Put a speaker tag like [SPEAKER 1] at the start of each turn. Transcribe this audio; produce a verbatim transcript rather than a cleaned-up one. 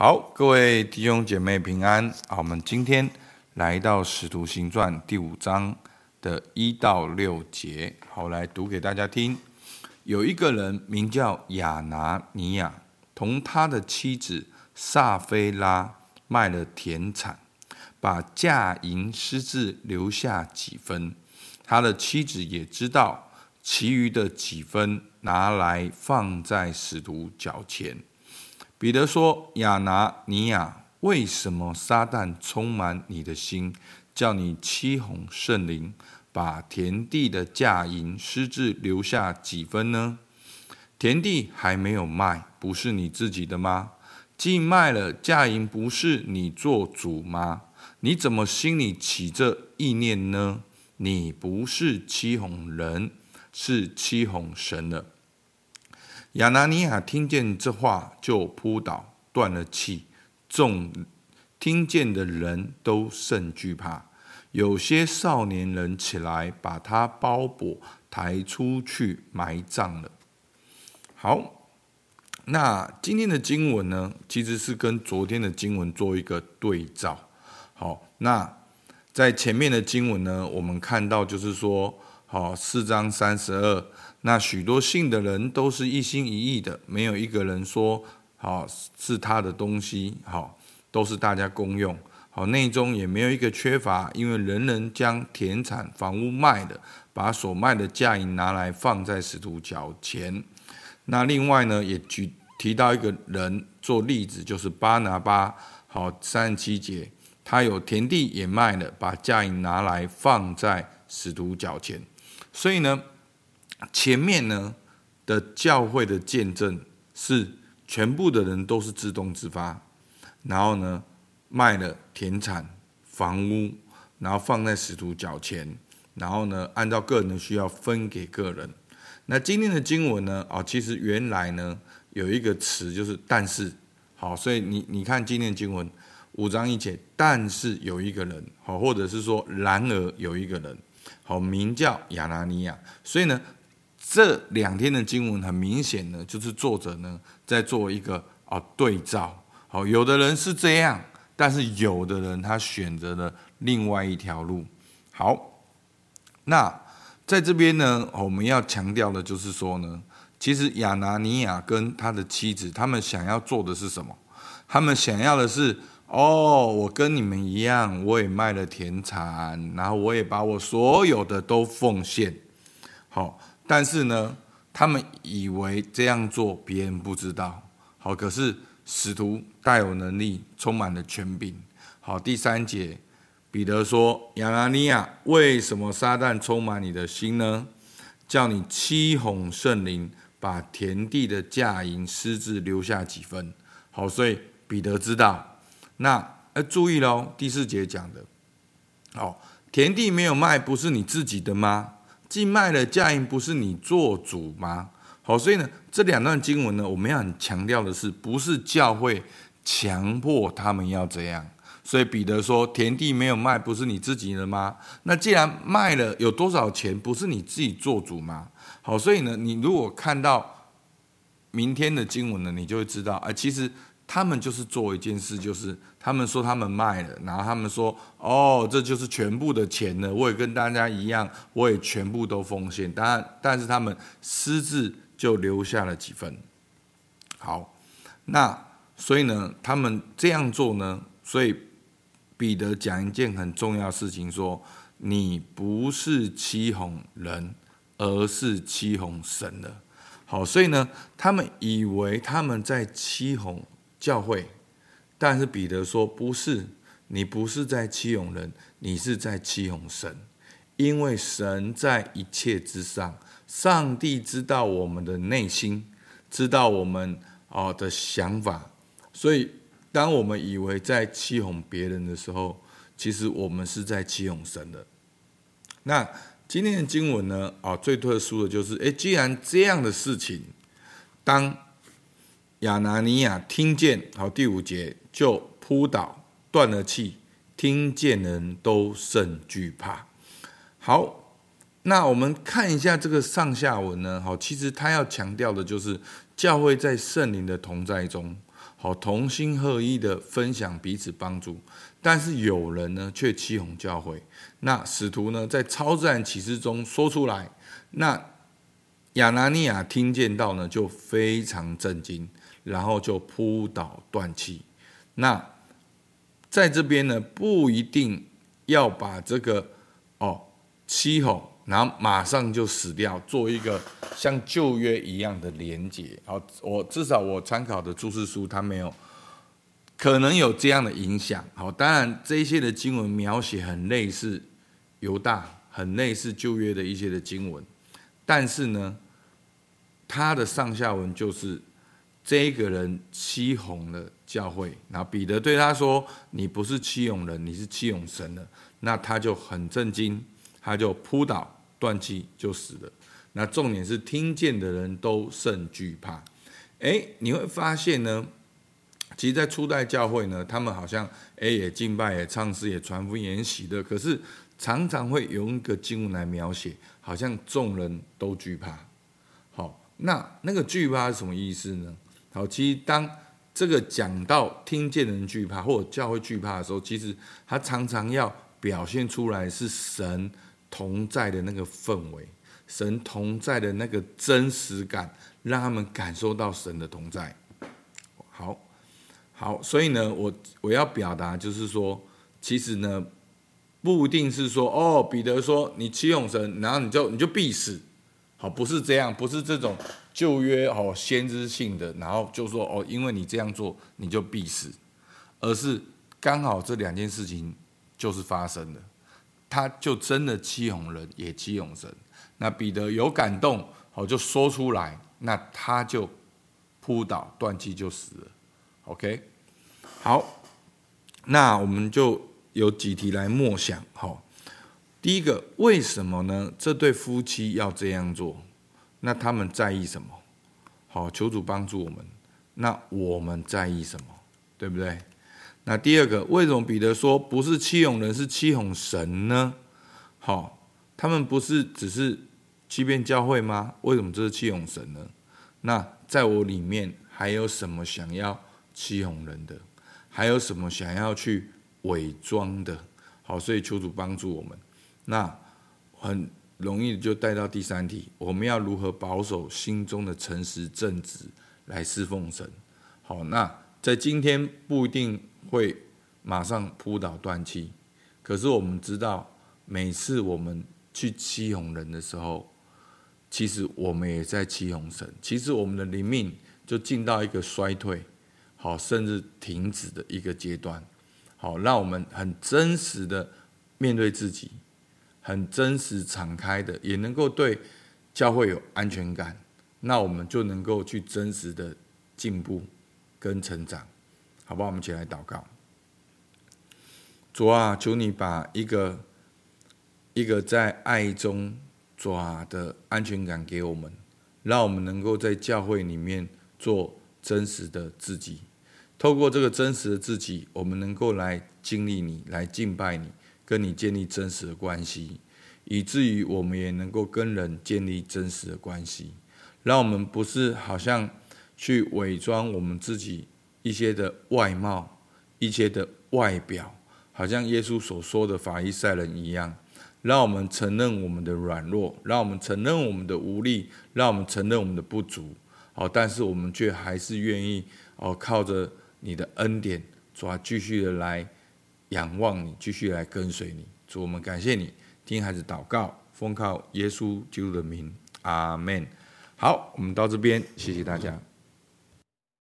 [SPEAKER 1] 好，各位弟兄姐妹平安。好，我们今天来到《使徒行传》第五章的一到六节，好，来读给大家听。有一个人名叫亚拿尼亚，同他的妻子撒非拉卖了田产，把价银私自留下几分。他的妻子也知道，其余的几分拿来放在使徒脚前。彼得说：亚拿尼亚，为什么撒旦充满你的心，叫你欺哄圣灵，把田地的价银私自留下几分呢？田地还没有卖，不是你自己的吗？既卖了，价银不是你做主吗？你怎么心里起这意念呢？你不是欺哄人，是欺哄神了。亚拿尼亚听见这话，就扑倒，断了气。众听见的人都甚惧怕。有些少年人起来，把他包裹，抬出去埋葬了。好，那今天的经文呢，其实是跟昨天的经文做一个对照。好，那在前面的经文呢，我们看到就是说，好，四章三十二。那许多信的人都是一心一意的，没有一个人说好是他的东西，好，都是大家公用。好，内中也没有一个缺乏，因为人人将田产房屋卖了，把所卖的价银拿来放在使徒脚前。那另外呢，也举提到一个人做例子，就是巴拿巴。好，三十七节，他有田地也卖了，把价银拿来放在使徒脚前。所以呢，前面呢的教会的见证是全部的人都是自动自发，然后呢卖了田产房屋，然后放在使徒脚前，然后呢按照个人的需要分给个人。那今天的经文呢，哦，其实原来呢有一个词就是但是，好，所以你你看今天的经文五章一节，但是有一个人，好，或者是说然而有一个人，好，名叫亚拿尼亚。所以呢，这两天的经文很明显呢，就是作者呢在做一个啊对照。好，有的人是这样，但是有的人他选择了另外一条路。好，那在这边呢，我们要强调的就是说呢，其实亚拿尼亚跟他的妻子，他们想要做的是什么？他们想要的是，哦，我跟你们一样，我也卖了田产，然后我也把我所有的都奉献。好，但是呢，他们以为这样做别人不知道。好，可是使徒大有能力，充满了权柄。好，第三节，彼得说：亚拿尼亚，为什么撒旦充满你的心呢？叫你欺哄圣灵，把田地的价银私自留下几分。好，所以彼得知道。那要注意咯，第四节讲的，好，田地没有卖，不是你自己的吗？既卖了，价银不是你做主吗？好，所以呢，这两段经文呢，我们要很强调的是，不是教会强迫他们要这样。所以彼得说，田地没有卖，不是你自己的吗？那既然卖了，有多少钱，不是你自己做主吗？好，所以呢，你如果看到明天的经文呢，你就会知道，啊，其实他们就是做一件事，就是他们说他们卖了，然后他们说，哦，这就是全部的钱了，我也跟大家一样，我也全部都奉献。当然，但是他们私自就留下了几分。好，那所以呢，他们这样做呢，所以彼得讲一件很重要的事情，说你不是欺哄人，而是欺哄神了。好，所以呢，他们以为他们在欺哄教会，但是彼得说不是，你不是在欺哄人，你是在欺哄神，因为神在一切之上，上帝知道我们的内心，知道我们的想法，所以当我们以为在欺哄别人的时候，其实我们是在欺哄神的。那今天的经文呢，最特殊的就是，诶，既然这样的事情，当亚拿尼亚听见，好，第五节就扑倒，断了气，听见人都甚惧怕。好，那我们看一下这个上下文呢，好，其实他要强调的就是教会在圣灵的同在中。 好同心合一的分享彼此帮助。但是有人呢却欺哄教会，那使徒呢在超自然启示中说出来，那亚拿尼亚听见到呢就非常震惊，然后就扑倒断气。那在这边呢不一定要把这个哦欺哄然后马上就死掉，做一个像旧约一样的连结。好，我至少我参考的注释书，它没有可能有这样的影响。好，当然这一些的经文描写很类似犹大，很类似旧约的一些的经文，但是呢，它的上下文就是这个人欺哄了教会，然后彼得对他说：“你不是欺哄人，你是欺哄神了。”那他就很震惊。他就扑倒断气就死了。那重点是听见的人都甚惧怕。哎，你会发现呢，其实在初代教会呢，他们好像哎也敬拜也唱诗也传福音也喜乐，可是常常会用一个经文来描写，好像众人都惧怕。好，那那个惧怕是什么意思呢？好，其实当这个讲到听见的人惧怕或者教会惧怕的时候，其实他常常要表现出来是神同在的那个氛围，神同在的那个真实感，让他们感受到神的同在。好，好，所以呢，我我要表达就是说，其实呢，不一定是说哦，彼得说你欺哄神，然后你就你就必死。好，不是这样，不是这种旧约哦先知性的，然后就说哦，因为你这样做你就必死，而是刚好这两件事情就是发生了。他就真的欺哄人，也欺哄神。那彼得有感动，好就说出来，那他就扑倒断气就死了。OK， 好，那我们就有几题来默想。好，第一个，为什么呢？这对夫妻要这样做？那他们在意什么？好，求主帮助我们。那我们在意什么？对不对？那第二个，为什么彼得说不是欺哄人，是欺哄神呢？好，他们不是只是欺骗教会吗？为什么这是欺哄神呢？那在我里面还有什么想要欺哄人的？还有什么想要去伪装的？好，所以求主帮助我们。那很容易就带到第三题，我们要如何保守心中的诚实正直来侍奉神？好，那在今天不一定会马上扑倒断气，可是我们知道，每次我们去欺哄人的时候，其实我们也在欺哄神。其实我们的灵命就进到一个衰退，好，甚至停止的一个阶段。好，让我们很真实的面对自己，很真实敞开的，也能够对教会有安全感。那我们就能够去真实的进步跟成长，好不好？我们一起来祷告。主啊，求你把一个一个在爱中主啊的安全感给我们，让我们能够在教会里面做真实的自己。透过这个真实的自己，我们能够来经历你，来敬拜你，跟你建立真实的关系，以至于我们也能够跟人建立真实的关系。让我们不是好像去伪装我们自己一些的外貌，一些的外表，好像耶稣所说的法利赛人一样。让我们承认我们的软弱，让我们承认我们的无力，让我们承认我们的不足。好，但是我们却还是愿意哦，靠着你的恩典，主啊，继续的来仰望你，继续来跟随你。主，我们感谢你，听孩子祷告，奉靠耶稣基督的名，阿们。好，我们到这边，谢谢大家。